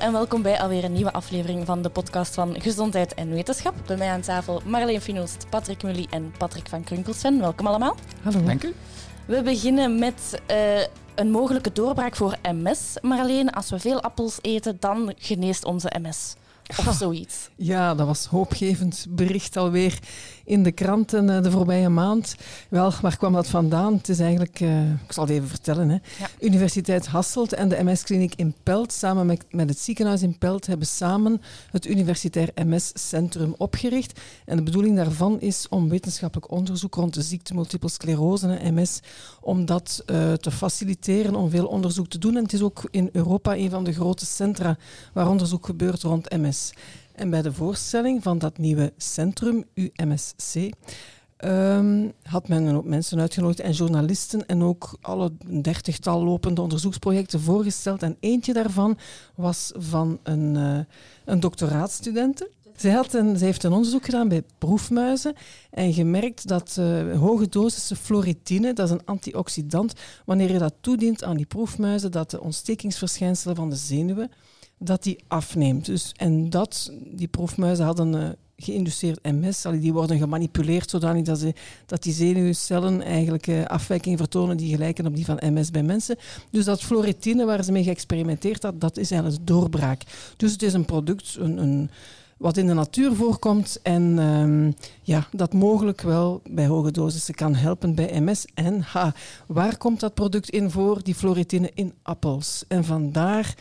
en welkom bij alweer een nieuwe aflevering van de podcast van Gezondheid en Wetenschap. Bij mij aan tafel Marleen Finoost, Patrick Mully en Patrick van Krunkelsven. Welkom allemaal. Hallo. Dank u. We beginnen met een mogelijke doorbraak voor MS. Marleen, als we veel appels eten, dan geneest onze MS. Of zoiets. Ja, dat was hoopgevend bericht alweer in de kranten de voorbije maand. Wel, waar kwam dat vandaan? Het is eigenlijk, ik zal het even vertellen. Hè. Ja. Universiteit Hasselt en de MS-kliniek in Pelt, samen met het ziekenhuis in Pelt, hebben samen het Universitair MS-centrum opgericht. En de bedoeling daarvan is om wetenschappelijk onderzoek rond de ziekte multiple sclerose, MS, om dat te faciliteren, om veel onderzoek te doen. En het is ook in Europa een van de grote centra waar onderzoek gebeurt rond MS. En bij de voorstelling van dat nieuwe centrum, UMSC, had men een hoop mensen uitgenodigd en journalisten en ook alle 30-tal lopende onderzoeksprojecten voorgesteld. En eentje daarvan was van een doctoraatstudente. Zij heeft een onderzoek gedaan bij proefmuizen en gemerkt dat hoge dosissen fluoritine, dat is een antioxidant, wanneer je dat toedient aan die proefmuizen, dat de ontstekingsverschijnselen van de zenuwen dat die afneemt. Dus, en die proefmuizen hadden geïnduceerd MS, die worden gemanipuleerd zodanig dat die zenuwcellen eigenlijk afwijkingen vertonen die gelijken op die van MS bij mensen. Dus dat fluoritine waar ze mee geëxperimenteerd had, dat is eigenlijk de doorbraak. Dus het is een product, wat in de natuur voorkomt en dat mogelijk wel bij hoge dosissen kan helpen bij MS. En waar komt dat product in voor? Die fluoritine in appels. En vandaar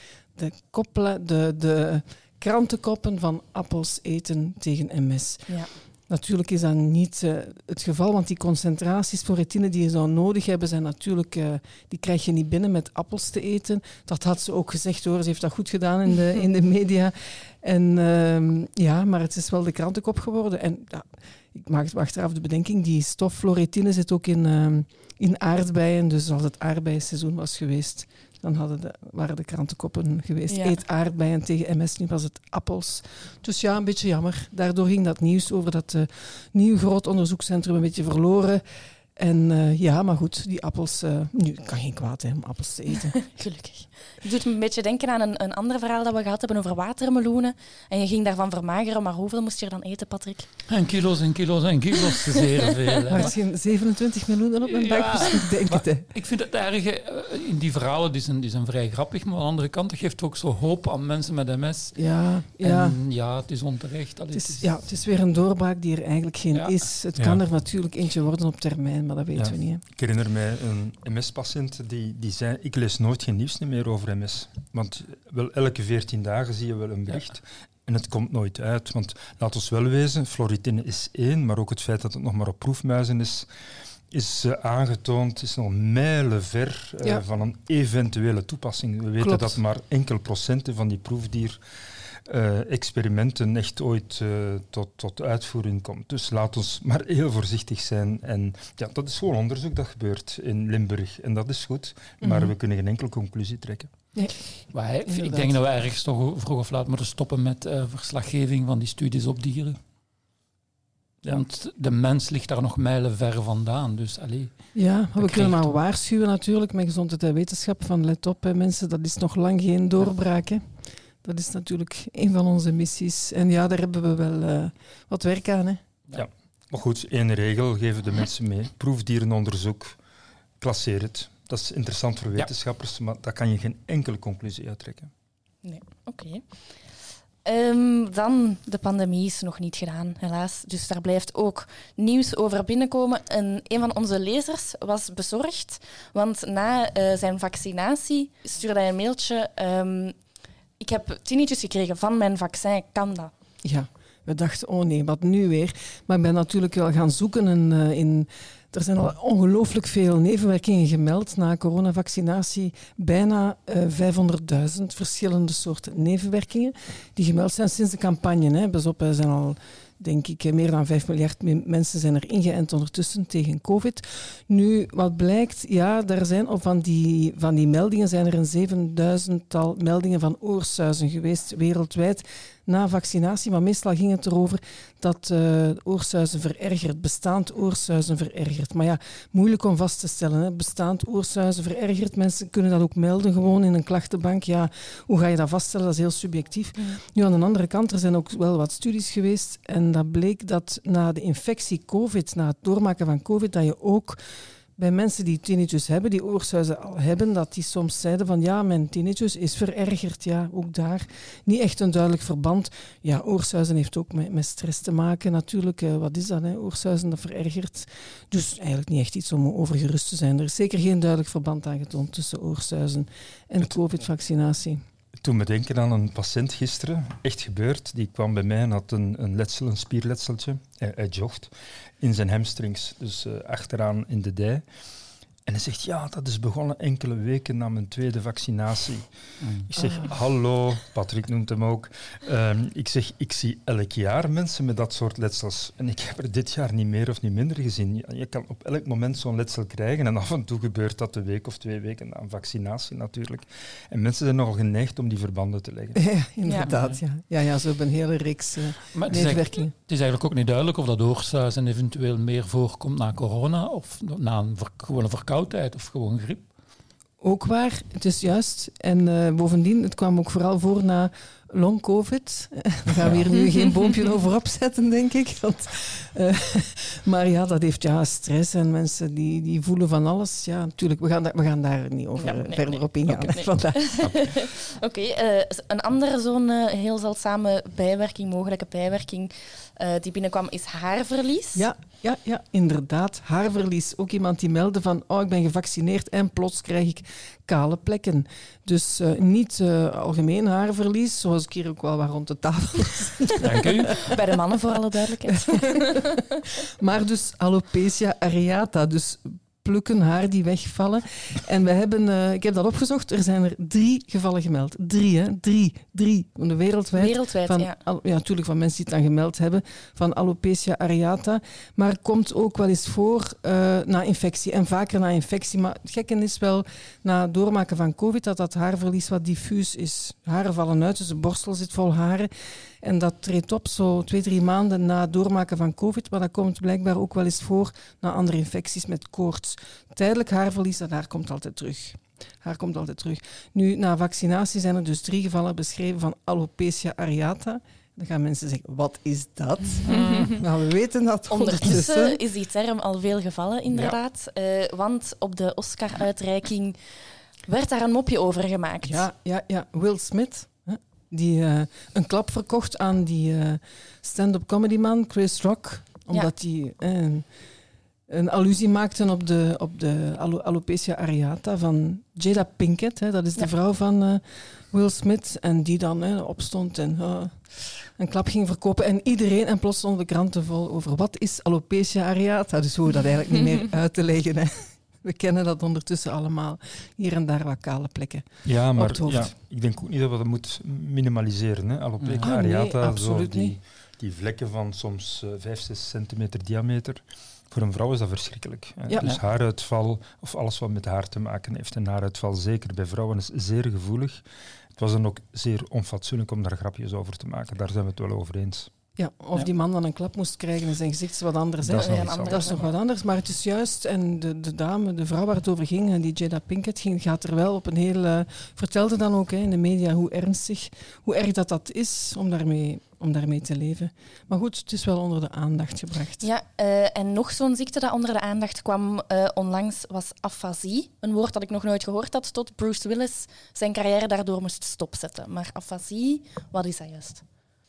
de krantenkoppen van appels eten tegen MS. Ja. Natuurlijk is dat niet het geval, want die concentraties fluoritine die je zou nodig hebben, zijn natuurlijk, die krijg je niet binnen met appels te eten. Dat had ze ook gezegd hoor, ze heeft dat goed gedaan in de media. En maar het is wel de krantenkop geworden. En ik maak achteraf de bedenking, die stof fluoritine zit ook in aardbeien, dus als het aardbeienseizoen was geweest, dan waren de krantenkoppen geweest. Ja. Eet aardbeien tegen MS, nu was het appels. Dus ja, een beetje jammer. Daardoor ging dat nieuws over dat nieuw groot onderzoekscentrum een beetje verloren. En maar goed, die appels, nu kan geen kwaad om appels te eten. Gelukkig. Het doet me een beetje denken aan een ander verhaal dat we gehad hebben over watermeloenen. En je ging daarvan vermageren, maar hoeveel moest je er dan eten, Patrick? En kilo's en kilo's en kilo's, zeer veel. Maar het is geen 27 meloenen op mijn buik, dus ik denk het. Hè. Ik vind het erg, in die verhalen, die zijn vrij grappig, maar aan de andere kant, het geeft ook zo hoop aan mensen met MS. Ja. En het is onterecht. Het is weer een doorbraak die er eigenlijk geen is. Het kan er natuurlijk eentje worden op termijn, maar dat weten we niet. Hè. Ik herinner mij een MS-patiënt die zei, ik lees nooit geen nieuws meer over MS. Want wel elke 14 dagen zie je wel een bericht. Ja. En het komt nooit uit. Want laat ons wel wezen, fluoritine is één, maar ook het feit dat het nog maar op proefmuizen is aangetoond, is nog mijlenver van een eventuele toepassing. We weten dat maar enkel procenten van die proefdier-experimenten echt ooit tot uitvoering komt. Dus laat ons maar heel voorzichtig zijn. En dat is gewoon onderzoek dat gebeurt in Limburg. En dat is goed, maar we kunnen geen enkele conclusie trekken. Nee. Maar ik denk dat we ergens toch vroeg of laat moeten stoppen met verslaggeving van die studies op dieren. Ja. Want de mens ligt daar nog mijlenver vandaan. Dus, maar we kunnen maar waarschuwen natuurlijk met gezondheid en wetenschap van let op, hè, mensen, dat is nog lang geen doorbraak. Hè. Dat is natuurlijk een van onze missies. En daar hebben we wel wat werk aan. Hè. Ja, maar goed, één regel geven de mensen mee. Proefdierenonderzoek, klasseer het. Dat is interessant voor wetenschappers, maar daar kan je geen enkele conclusie uittrekken. Nee, oké. Dan, de pandemie is nog niet gedaan, helaas. Dus daar blijft ook nieuws over binnenkomen. En een van onze lezers was bezorgd, want na zijn vaccinatie stuurde hij een mailtje. Ik heb tinnitus gekregen van mijn vaccin, kan dat? Ja, we dachten, oh nee, wat nu weer? Maar ik ben natuurlijk wel gaan zoeken er zijn al ongelooflijk veel nevenwerkingen gemeld na coronavaccinatie. Bijna 500.000 verschillende soorten nevenwerkingen die gemeld zijn sinds de campagne. Hè. Pas op, er zijn al denk ik. Meer dan 5 miljard mensen zijn er ingeënt ondertussen tegen COVID. Nu, wat blijkt, ja, daar zijn van die meldingen zijn er een 7000-tal meldingen van oorsuizen geweest wereldwijd na vaccinatie. Maar meestal ging het erover dat oorsuizen verergert, bestaand oorsuizen verergert. Maar ja, moeilijk om vast te stellen. Hè. Bestaand oorsuizen verergert. Mensen kunnen dat ook melden gewoon in een klachtenbank. Ja, hoe ga je dat vaststellen? Dat is heel subjectief. Nu, aan de andere kant, er zijn ook wel wat studies geweest en dat bleek dat na de infectie COVID, na het doormaken van COVID, dat je ook bij mensen die tinnitus hebben, die oorsuizen al hebben, dat die soms zeiden van ja, mijn tinnitus is verergerd. Ja, ook daar niet echt een duidelijk verband. Ja, oorsuizen heeft ook met stress te maken natuurlijk. Wat is dat, hè? Oorsuizen, dat verergert. Dus eigenlijk niet echt iets om over gerust te zijn. Er is zeker geen duidelijk verband aangetoond tussen oorsuizen en COVID-vaccinatie. Toen me denken aan een patiënt gisteren, echt gebeurd, die kwam bij mij en had een letsel, een spierletseltje. Hij jogt in zijn hamstrings, dus achteraan in de dij. En hij zegt, ja, dat is begonnen enkele weken na mijn tweede vaccinatie. Ik zeg, hallo, Patrick noemt hem ook. Ik zeg, ik zie elk jaar mensen met dat soort letsels. En ik heb er dit jaar niet meer of niet minder gezien. Je kan op elk moment zo'n letsel krijgen. En af en toe gebeurt dat een week of 2 weken na een vaccinatie natuurlijk. En mensen zijn nogal geneigd om die verbanden te leggen. Ja, inderdaad. Ja, zo hebben een hele reeks nevenwerkingen. Het is eigenlijk ook niet duidelijk of dat oorsuizen eventueel meer voorkomt na corona of na een gewone verkoudheid of gewoon griep. Ook waar, het is juist. En bovendien, het kwam ook vooral voor na long-covid. Daar gaan we hier nu geen boompje over opzetten, denk ik. Want, maar ja, dat heeft stress en mensen die voelen van alles. Ja, natuurlijk, we gaan daar niet over verder op ingaan. Oké, een andere zo'n heel zeldzame mogelijke bijwerking die binnenkwam, is haarverlies. Ja, inderdaad. Haarverlies. Ook iemand die meldde van, ik ben gevaccineerd en plots krijg ik kale plekken. Dus niet algemeen haarverlies, zoals ik hier ook wel wat rond de tafel zit. Dank u. Bij de mannen voor alle duidelijkheid. Maar dus alopecia areata, dus plukken, haar die wegvallen. En we hebben, ik heb dat opgezocht, er zijn er 3 gevallen gemeld. 3, hè? 3. Wereldwijd, ja, natuurlijk van mensen die het dan gemeld hebben, van alopecia areata. Maar het komt ook wel eens voor na infectie, en vaker na infectie. Maar het gekke is wel, na het doormaken van COVID, dat haarverlies wat diffuus is. Haren vallen uit, dus de borstel zit vol haren. En dat treedt op zo 2-3 maanden na het doormaken van COVID, maar dat komt blijkbaar ook wel eens voor na andere infecties met koorts. Tijdelijk haarverlies, dat haar komt altijd terug. Nu, na vaccinatie zijn er dus 3 gevallen beschreven van alopecia areata. Dan gaan mensen zeggen, wat is dat? Nou, we weten dat ondertussen is die term al veel gevallen, inderdaad. Ja. Want op de Oscar-uitreiking werd daar een mopje over gemaakt. Ja. Will Smith, die een klap verkocht aan die stand-up comedyman Chris Rock, omdat hij een allusie maakte op de alopecia areata van Jada Pinkett. Dat is de vrouw van Will Smith. En die dan opstond en een klap ging verkopen. En plots stonden de kranten vol over wat is alopecia areata. Dus we hoeven dat eigenlijk niet meer uit te leggen. Hè. We kennen dat ondertussen allemaal. Hier en daar wat kale plekken. Ja, maar ik denk ook niet dat we dat moeten minimaliseren. Hè. Alopecia areata, nee, absoluut niet. Die vlekken van soms 5-6 centimeter diameter. Voor een vrouw is dat verschrikkelijk. Ja. Dus haaruitval, of alles wat met haar te maken heeft, en haaruitval zeker bij vrouwen is zeer gevoelig. Het was dan ook zeer onfatsoenlijk om daar grapjes over te maken. Daar zijn we het wel over eens. Ja, of die man dan een klap moest krijgen en zijn gezicht is wat anders. Dat is nog wat anders, maar het is juist, en de vrouw waar het over ging, die Jada Pinkett, gaat er wel op een heel... vertelde dan ook in de media hoe erg dat is om daarmee te leven. Maar goed, het is wel onder de aandacht gebracht. Ja, en nog zo'n ziekte dat onder de aandacht kwam onlangs was afasie. Een woord dat ik nog nooit gehoord had, tot Bruce Willis zijn carrière daardoor moest stopzetten. Maar afasie, wat is dat juist?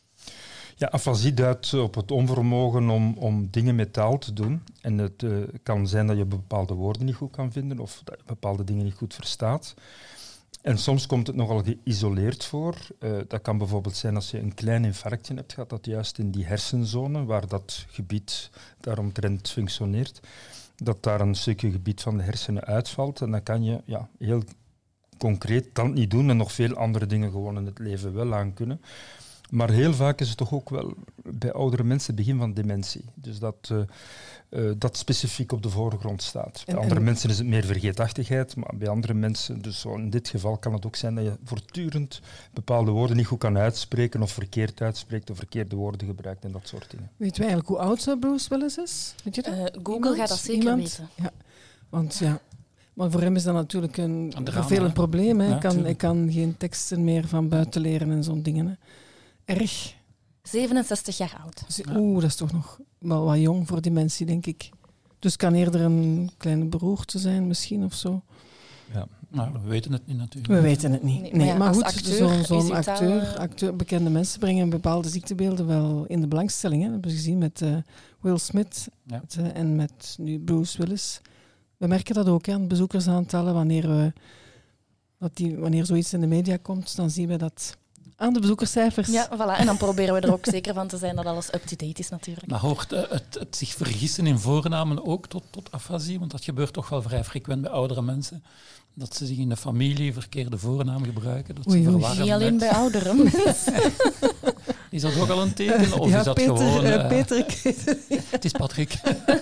Ja, afasie duidt op het onvermogen om dingen met taal te doen. En het kan zijn dat je bepaalde woorden niet goed kan vinden of dat je bepaalde dingen niet goed verstaat. En soms komt het nogal geïsoleerd voor. Dat kan bijvoorbeeld zijn als je een klein infarctje hebt gehad, dat juist in die hersenzone, waar dat gebied daaromtrent functioneert, dat daar een stukje gebied van de hersenen uitvalt. En dan kan je heel concreet dat niet doen en nog veel andere dingen gewoon in het leven wel aan kunnen. Maar heel vaak is het toch ook wel bij oudere mensen het begin van dementie. Dus dat specifiek op de voorgrond staat. Bij andere mensen is het meer vergeetachtigheid, maar bij andere mensen, dus zo in dit geval kan het ook zijn dat je voortdurend bepaalde woorden niet goed kan uitspreken of verkeerd uitspreekt of verkeerde woorden gebruikt en dat soort dingen. Weet je eigenlijk hoe oud Bruce Willis is? Weet je dat? Google gaat dat zeker weten. Ja, want maar voor hem is dat natuurlijk een vervelend probleem. Hè. Ja, hij kan geen teksten meer van buiten leren en zo'n dingen. Hè. Erg. 67 jaar oud. Dat is toch nog wel wat jong voor dementie, denk ik. Dus kan eerder een kleine beroerte zijn misschien of zo. Ja. Nou, we weten het niet natuurlijk. We weten het niet. Nee, maar goed, zo'n acteur, bekende mensen brengen bepaalde ziektebeelden wel in de belangstelling. Hè. Dat hebben we gezien met Will Smith en met nu Bruce Willis. We merken dat ook aan bezoekersaantallen. Wanneer zoiets in de media komt, dan zien we dat aan de bezoekerscijfers. Ja, voilà. En dan proberen we er ook zeker van te zijn dat alles up-to-date is natuurlijk. Maar hoort het zich vergissen in voornamen ook tot afasie? Want dat gebeurt toch wel vrij frequent bij oudere mensen. Dat ze zich in de familie verkeerde voornaam gebruiken. Dat ze niet alleen bij oudere mensen. Is dat ook al een teken? Of is dat Peter, gewoon... Peter. Het is Patrick.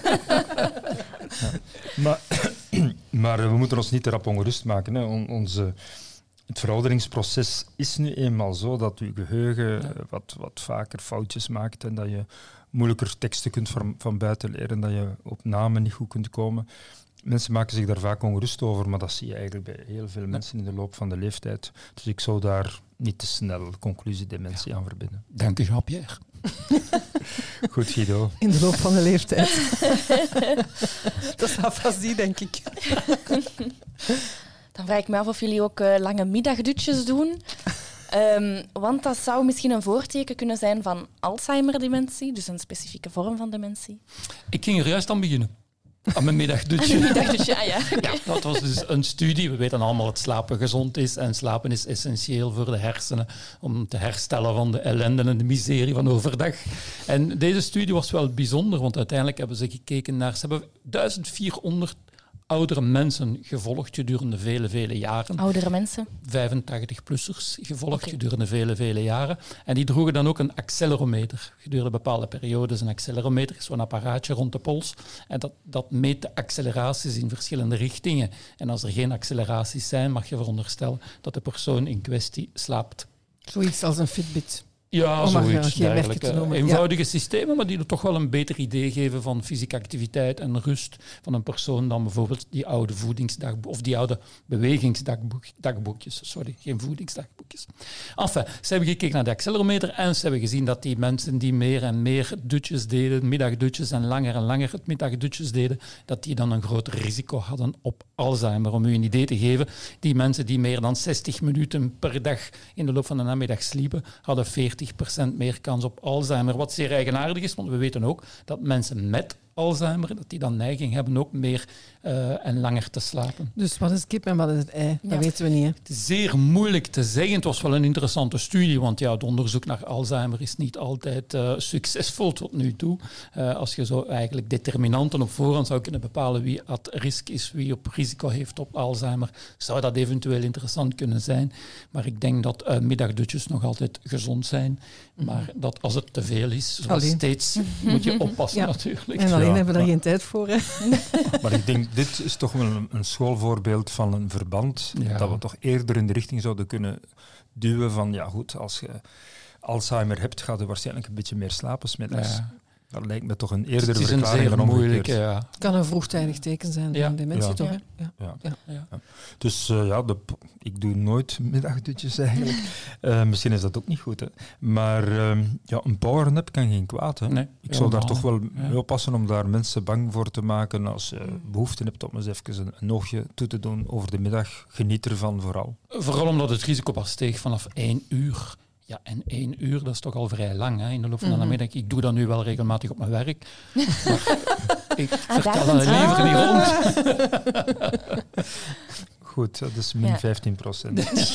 Maar we moeten ons niet te rap ongerust maken. Hè. Het verouderingsproces is nu eenmaal zo dat je geheugen wat vaker foutjes maakt en dat je moeilijker teksten kunt van buiten leren, dat je op namen niet goed kunt komen. Mensen maken zich daar vaak ongerust over, maar dat zie je eigenlijk bij heel veel mensen in de loop van de leeftijd. Dus ik zou daar niet te snel conclusiedementie aan verbinden. Dank u, Jean-Pierre. Goed, Guido. In de loop van de leeftijd. Dat is afasie, denk ik. Dan vraag ik me af of jullie ook lange middagdutjes doen. Want dat zou misschien een voorteken kunnen zijn van Alzheimer-dementie, dus een specifieke vorm van dementie. Ik ging er juist aan beginnen. Aan mijn middagdutje. Ja. Ja, dat was dus een studie. We weten allemaal dat slapen gezond is. En slapen is essentieel voor de hersenen om te herstellen van de ellende en de miserie van overdag. En deze studie was wel bijzonder, want uiteindelijk hebben ze gekeken naar... Ze hebben 1400 oudere mensen gevolgd gedurende vele jaren. Oudere mensen? 85-plussers gevolgd gedurende vele jaren. En die droegen dan ook een accelerometer. Gedurende bepaalde periodes een accelerometer, zo'n apparaatje rond de pols. En dat meet de acceleraties in verschillende richtingen. En als er geen acceleraties zijn, mag je veronderstellen dat de persoon in kwestie slaapt. Zoiets als een Fitbit. Ja, zoiets dergelijke. Eenvoudige systemen, maar die er toch wel een beter idee geven van fysieke activiteit en rust van een persoon dan bijvoorbeeld die oude voedingsdagboekjes of die oude bewegingsdagboekjes. Sorry, geen voedingsdagboekjes. Enfin, ze hebben gekeken naar de accelerometer en ze hebben gezien dat die mensen die meer en meer dutjes deden, middagdutjes en langer het middagdutjes deden, dat die dan een groter risico hadden op Alzheimer. Om u een idee te geven, die mensen die meer dan 60 minuten per dag in de loop van de namiddag sliepen, hadden 40% meer kans op Alzheimer. Wat zeer eigenaardig is, want we weten ook dat mensen met Alzheimer, dat die dan neiging hebben ook meer en langer te slapen. Dus wat is kip en wat is het ei? Dat weten we niet. Hè? Het is zeer moeilijk te zeggen. Het was wel een interessante studie, want het onderzoek naar Alzheimer is niet altijd succesvol tot nu toe. Als je zo eigenlijk determinanten op voorhand zou kunnen bepalen wie at risk is, wie op risico heeft op Alzheimer, zou dat eventueel interessant kunnen zijn. Maar ik denk dat middagdutjes nog altijd gezond zijn. Maar dat als het te veel is, zoals steeds, moet je oppassen natuurlijk. En alleen hebben we daar geen tijd voor. Hè? Maar ik denk, dit is toch wel een schoolvoorbeeld van een verband dat we toch eerder in de richting zouden kunnen duwen van, ja goed, als je Alzheimer hebt, gaat je waarschijnlijk een beetje meer slapen 's middags. Ja. Dat lijkt me toch een eerdere verklaring dan omgekeerd. Het kan een vroegtijdig teken zijn van dementie, toch? Ja. Dus ik doe nooit middagdutjes eigenlijk. Misschien is dat ook niet goed, hè. Maar een powernap kan geen kwaad. Hè. Nee, ik zou daar toch wel mee oppassen om daar mensen bang voor te maken. Als je behoefte hebt om eens even een oogje toe te doen over de middag, geniet ervan vooral. Vooral omdat het risico pas steeg vanaf 1 uur. Ja, en 1 uur, dat is toch al vrij lang, hè, in de loop van de namiddag. Ik doe dat nu wel regelmatig op mijn werk. Maar ik vertel dat liever niet rond. Goed, dat is min 15%.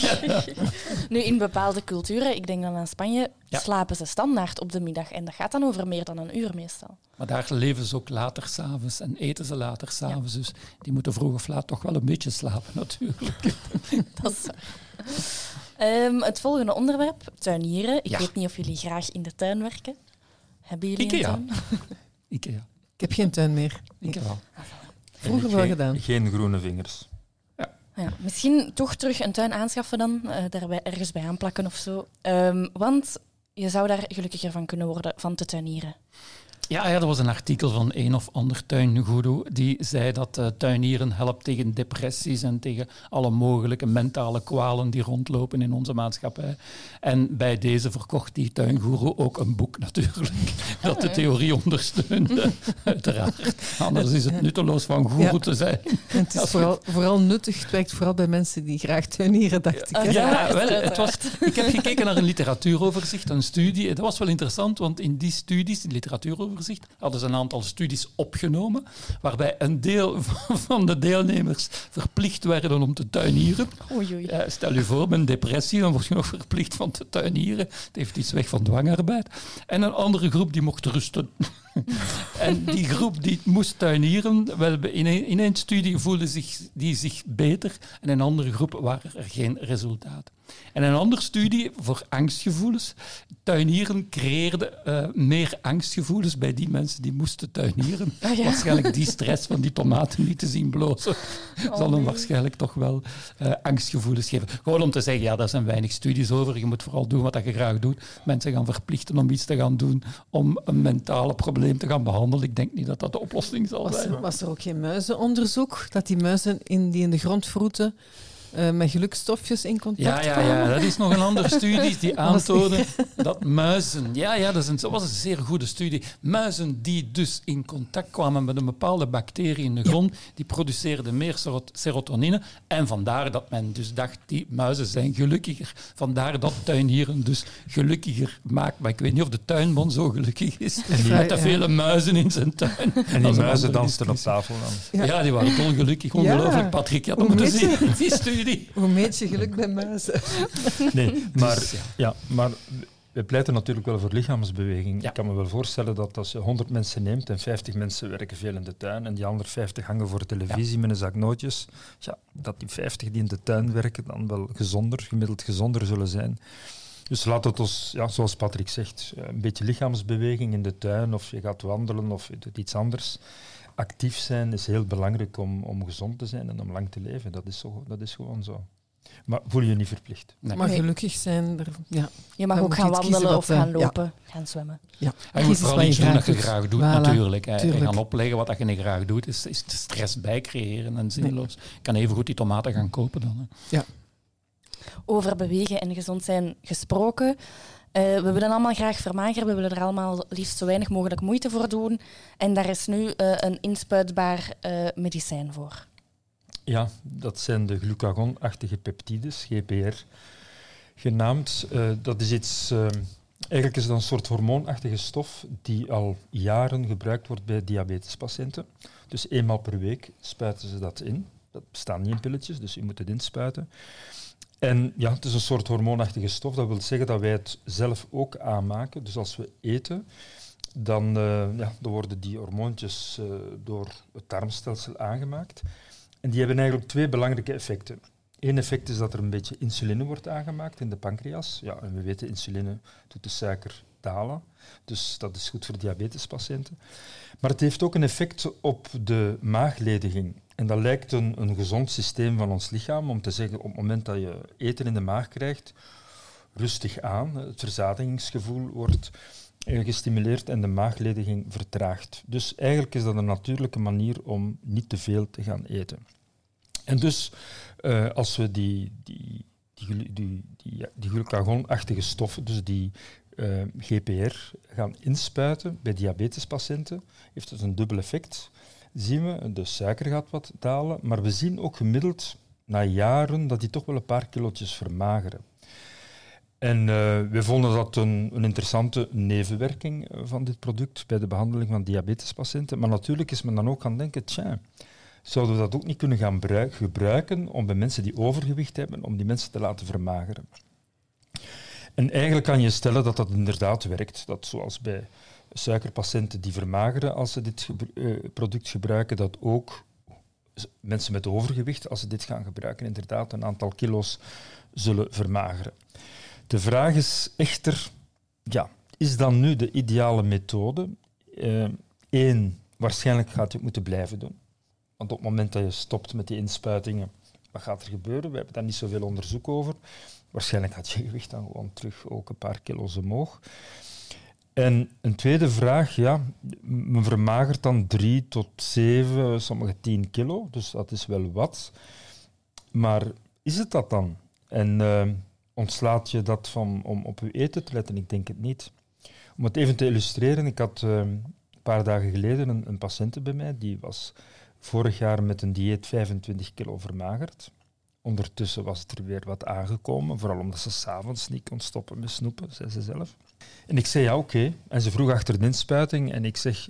Nu, in bepaalde culturen, ik denk dan aan Spanje, slapen ze standaard op de middag. En dat gaat dan over meer dan 1 uur meestal. Maar daar leven ze ook later 's avonds en eten ze later 's avonds. Dus die moeten vroeg of laat toch wel een beetje slapen, natuurlijk. Dat is Het volgende onderwerp, tuinieren. Ik weet niet of jullie graag in de tuin werken. Hebben jullie een tuin? Ikea. Ik heb geen tuin meer. Ik wel. Vroeger wel gedaan. Geen groene vingers. Ja, misschien toch terug een tuin aanschaffen dan, daar ergens bij aanplakken of zo. Want je zou daar gelukkiger van kunnen worden, van te tuinieren. Ja, er was een artikel van een of ander tuingoeroe die zei dat tuinieren helpt tegen depressies en tegen alle mogelijke mentale kwalen die rondlopen in onze maatschappij. En bij deze verkocht die tuingoeroe ook een boek natuurlijk, dat de theorie ondersteunde, uiteraard. Anders is het nutteloos van goeroe te zijn. En het is vooral nuttig, het werkt vooral bij mensen die graag tuinieren, dacht ik. Ja, wel, ik heb gekeken naar een literatuuroverzicht, een studie. Dat was wel interessant, want in die studies, die literatuuroverzicht, hadden ze een aantal studies opgenomen, waarbij een deel van de deelnemers verplicht werden om te tuinieren. Oei. Stel je voor, met een depressie, dan word je nog verplicht van te tuinieren. Het heeft iets weg van dwangarbeid. En een andere groep die mocht rusten. En die groep die moest tuinieren, wel, in één studie voelden die zich beter en in een andere groep waren er geen resultaten. En een andere studie voor angstgevoelens. Tuinieren creëerde meer angstgevoelens bij die mensen die moesten tuinieren. Waarschijnlijk die stress van die tomaten niet te zien blozen zal hem waarschijnlijk toch wel angstgevoelens geven. Gewoon om te zeggen, ja, daar zijn weinig studies over. Je moet vooral doen wat je graag doet. Mensen gaan verplichten om iets te gaan doen om een mentale probleem te gaan behandelen. Ik denk niet dat dat de oplossing zal zijn. Was er ook geen muizenonderzoek? Dat die muizen die in de grond vroeten met gelukstofjes in contact kwamen? Ja, dat is nog een andere studie die aantonen dat muizen... Ja, dat was een zeer goede studie. Muizen die dus in contact kwamen met een bepaalde bacterie in de grond, die produceerden meer serotonine. En vandaar dat men dus dacht, die muizen zijn gelukkiger. Vandaar dat tuinieren dus gelukkiger maakt. Maar ik weet niet of de tuinman zo gelukkig is. Met te vele muizen in zijn tuin. En die muizen dansten op tafel dan. Ja, die waren dolgelukkig. Ongelooflijk, Patrick. Je had hem moeten zien, die studie. Hoe meet je geluk bij muizen? Nee, maar we pleiten natuurlijk wel voor lichaamsbeweging. Ja. Ik kan me wel voorstellen dat als je 100 mensen neemt en 50 mensen werken veel in de tuin en die andere 50 hangen voor de televisie met een zak nootjes, dat die 50 die in de tuin werken dan wel gemiddeld gezonder zullen zijn. Dus laat het ons, zoals Patrick zegt, een beetje lichaamsbeweging in de tuin of je gaat wandelen of iets anders. Actief zijn is heel belangrijk om gezond te zijn en om lang te leven. Dat is gewoon zo. Maar voel je niet verplicht. Nee. Maar gelukkig zijn er... Ja. Je mag ook gaan wandelen of gaan lopen, gaan zwemmen. Ja. En je moet vooral iets doen dat je graag doet, natuurlijk. En gaan opleggen wat je niet graag doet, is stress bijcreëren en zinloos. Je kan even goed die tomaten gaan kopen dan. Hè. Ja. Over bewegen en gezond zijn gesproken... we willen allemaal graag vermageren, we willen er allemaal liefst zo weinig mogelijk moeite voor doen. En daar is nu een inspuitbaar medicijn voor. Ja, dat zijn de glucagon-achtige peptides, GPR genaamd. Dat is iets... eigenlijk is het een soort hormoonachtige stof die al jaren gebruikt wordt bij diabetespatiënten. Dus 1 maal per week spuiten ze dat in. Dat bestaat niet in pilletjes, dus je moet het inspuiten. En ja, het is een soort hormoonachtige stof. Dat wil zeggen dat wij het zelf ook aanmaken. Dus als we eten, dan worden die hormoontjes door het darmstelsel aangemaakt. En die hebben eigenlijk 2 belangrijke effecten. Eén effect is dat er een beetje insuline wordt aangemaakt in de pancreas. Ja, en we weten, insuline doet de suiker dalen. Dus dat is goed voor diabetespatiënten. Maar het heeft ook een effect op de maaglediging. En dat lijkt een gezond systeem van ons lichaam om te zeggen, op het moment dat je eten in de maag krijgt, rustig aan. Het verzadigingsgevoel wordt gestimuleerd en de maaglediging vertraagt. Dus eigenlijk is dat een natuurlijke manier om niet te veel te gaan eten. En dus als we die glucagon-achtige stoffen, dus die GPR, gaan inspuiten bij diabetespatiënten, heeft het een dubbel effect. Zien we, de suiker gaat wat dalen, maar we zien ook gemiddeld na jaren dat die toch wel een paar kilootjes vermageren. En we vonden dat een interessante nevenwerking van dit product bij de behandeling van diabetespatiënten. Maar natuurlijk is men dan ook gaan denken, zouden we dat ook niet kunnen gaan gebruiken om bij mensen die overgewicht hebben, om die mensen te laten vermageren? En eigenlijk kan je stellen dat dat inderdaad werkt. Dat zoals bij suikerpatiënten die vermageren als ze dit product gebruiken, dat ook mensen met overgewicht, als ze dit gaan gebruiken, inderdaad een aantal kilo's zullen vermageren. De vraag is echter, is dan nu de ideale methode? Eén, waarschijnlijk gaat u het moeten blijven doen. Want op het moment dat je stopt met die inspuitingen, wat gaat er gebeuren? We hebben daar niet zoveel onderzoek over. Waarschijnlijk gaat je gewicht dan gewoon terug ook een paar kilo's omhoog. En een tweede vraag, men vermagert dan 3 tot 7, sommige 10 kilo, dus dat is wel wat. Maar is het dat dan? En ontslaat je dat om op je eten te letten? Ik denk het niet. Om het even te illustreren, ik had een paar dagen geleden een patiënte bij mij, die was vorig jaar met een dieet 25 kilo vermagerd. Ondertussen was het er weer wat aangekomen, vooral omdat ze 's avonds niet kon stoppen met snoepen, zei ze zelf. En ik zei oké. En ze vroeg achter de inspuiting en ik zeg,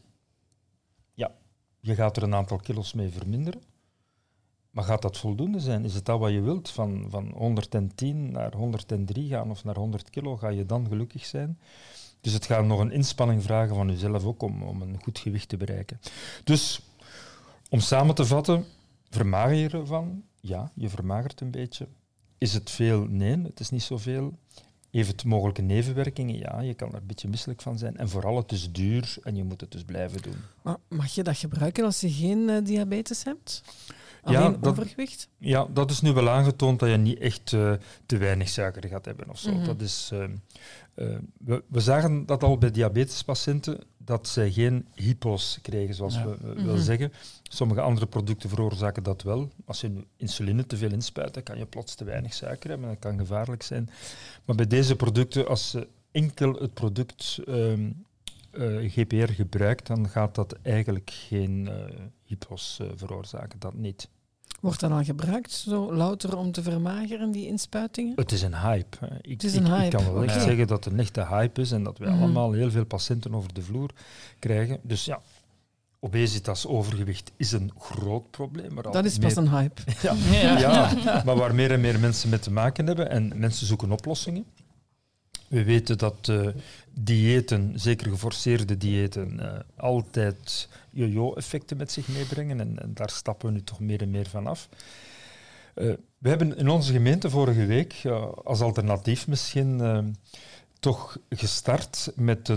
je gaat er een aantal kilo's mee verminderen. Maar gaat dat voldoende zijn? Is het dat wat je wilt? Van 110 naar 103 gaan of naar 100 kilo, ga je dan gelukkig zijn? Dus het gaat nog een inspanning vragen van jezelf ook om een goed gewicht te bereiken. Dus om samen te vatten, vermager je ervan? Ja, je vermagert een beetje. Is het veel? Nee, het is niet zoveel. Heeft het mogelijke nevenwerkingen? Ja, je kan er een beetje misselijk van zijn. En vooral, het is duur en je moet het dus blijven doen. Maar mag je dat gebruiken als je geen diabetes hebt? Alleen overgewicht? Ja, dat is nu wel aangetoond dat je niet echt te weinig suiker gaat hebben of zo. Mm-hmm. Dat is, we zagen dat al bij diabetespatiënten, dat zij geen hypo's kregen, zoals we wel zeggen. Sommige andere producten veroorzaken dat wel. Als je insuline te veel inspuit, dan kan je plots te weinig suiker hebben. Dat kan gevaarlijk zijn. Maar bij deze producten, als ze enkel het product GPR gebruikt, dan gaat dat eigenlijk geen hypo's veroorzaken. Dat niet. Wordt dat al gebruikt, zo louter om te vermageren, die inspuitingen? Het is een hype. Het is een hype. Ik kan wel echt zeggen dat het een echte hype is en dat wij allemaal heel veel patiënten over de vloer krijgen. Dus ja, obesitas, overgewicht is een groot probleem. Maar dat is pas een hype. Maar waar meer en meer mensen mee te maken hebben en mensen zoeken oplossingen. We weten dat diëten, zeker geforceerde diëten, altijd yo-yo-effecten met zich meebrengen. En daar stappen we nu toch meer en meer van af. We hebben in onze gemeente vorige week, als alternatief misschien, toch gestart met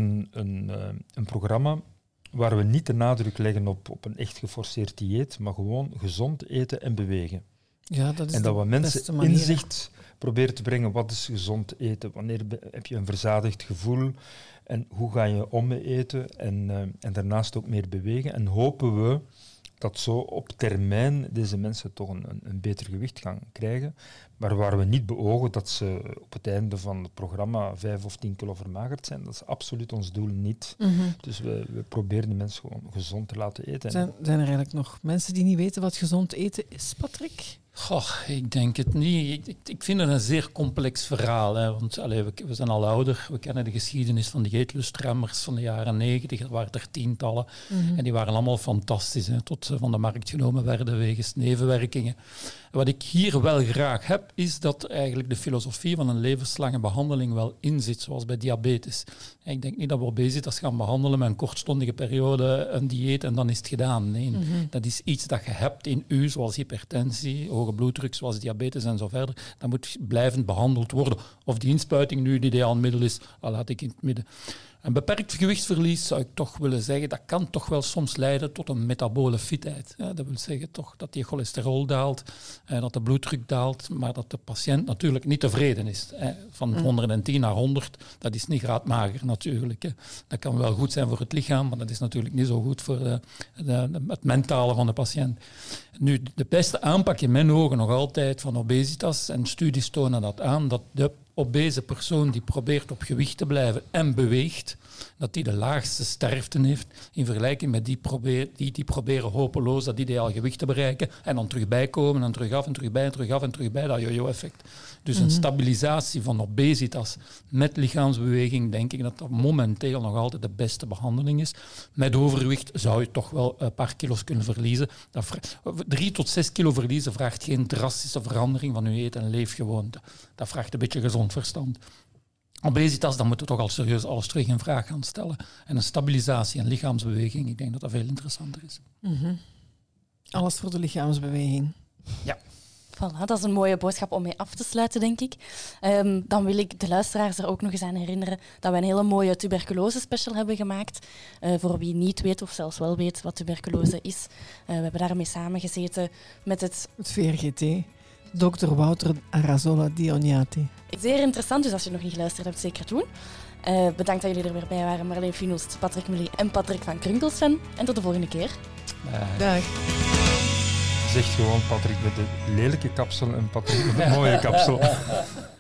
een programma waar we niet de nadruk leggen op een echt geforceerd dieet, maar gewoon gezond eten en bewegen. Ja, dat is en dat we mensen manier, inzicht proberen te brengen, wat is gezond eten, wanneer heb je een verzadigd gevoel en hoe ga je om met eten en daarnaast ook meer bewegen. En hopen we dat zo op termijn deze mensen toch een beter gewicht gaan krijgen, maar waar we niet beogen dat ze op het einde van het programma 5 of 10 kilo vermagerd zijn. Dat is absoluut ons doel niet. Mm-hmm. Dus we proberen de mensen gewoon gezond te laten eten. Zijn er eigenlijk nog mensen die niet weten wat gezond eten is, Patrick? Goh, ik denk het niet. Ik vind het een zeer complex verhaal. Hè. Want we zijn al ouder. We kennen de geschiedenis van de dieetlustremmers van de jaren 90. Er waren er tientallen. Mm-hmm. En die waren allemaal fantastisch. Hè, tot ze van de markt genomen werden wegens nevenwerkingen. Wat ik hier wel graag heb, is dat eigenlijk de filosofie van een levenslange behandeling wel inzit, zoals bij diabetes. Ik denk niet dat we obesitas gaan behandelen met een kortstondige periode, een dieet en dan is het gedaan. Nee, dat is iets dat je hebt in u, zoals hypertensie, hoge bloeddruk, zoals diabetes en zo verder. Dat moet blijvend behandeld worden. Of die inspuiting nu een ideaal middel is, dat laat ik in het midden. Een beperkt gewichtsverlies, zou ik toch willen zeggen, dat kan toch wel soms leiden tot een metabole fitheid. Ja, dat wil zeggen toch dat je cholesterol daalt, dat de bloeddruk daalt, maar dat de patiënt natuurlijk niet tevreden is. Van 110 naar 100, dat is niet graadmager natuurlijk. Dat kan wel goed zijn voor het lichaam, maar dat is natuurlijk niet zo goed voor het mentale van de patiënt. Nu, de beste aanpak in mijn ogen nog altijd van obesitas, en studies tonen dat aan, dat de obese persoon die probeert op gewicht te blijven en beweegt, dat die de laagste sterfte heeft in vergelijking met die proberen hopeloos dat ideaal gewicht te bereiken en dan terug bijkomen en terug af en terug bij en terug af en terug bij, dat yo-yo-effect. Dus een stabilisatie van obesitas met lichaamsbeweging, denk ik dat dat momenteel nog altijd de beste behandeling is. Met overgewicht zou je toch wel een paar kilo's kunnen verliezen. 3 tot 6 kilo verliezen vraagt geen drastische verandering van je eten- en leefgewoonte. Dat vraagt een beetje gezond verstand. Obesitas, dan moeten we toch al serieus alles terug in vraag gaan stellen. En een stabilisatie en lichaamsbeweging, ik denk dat dat veel interessanter is. Mm-hmm. Alles voor de lichaamsbeweging. Ja. Voilà, dat is een mooie boodschap om mee af te sluiten, denk ik. Dan wil ik de luisteraars er ook nog eens aan herinneren dat we een hele mooie tuberculose-special hebben gemaakt. Voor wie niet weet of zelfs wel weet wat tuberculose is. We hebben daarmee samengezeten met het VRGT, Dr. Wouter Arrazola Dioniati. Zeer interessant, dus als je nog niet geluisterd hebt, zeker doen. Bedankt dat jullie er weer bij waren. Marleen Finost, Patrick Mully en Patrick van Krunkelsven. En tot de volgende keer. Dag. Zeg gewoon Patrick met de lelijke kapsel en Patrick met de mooie kapsel.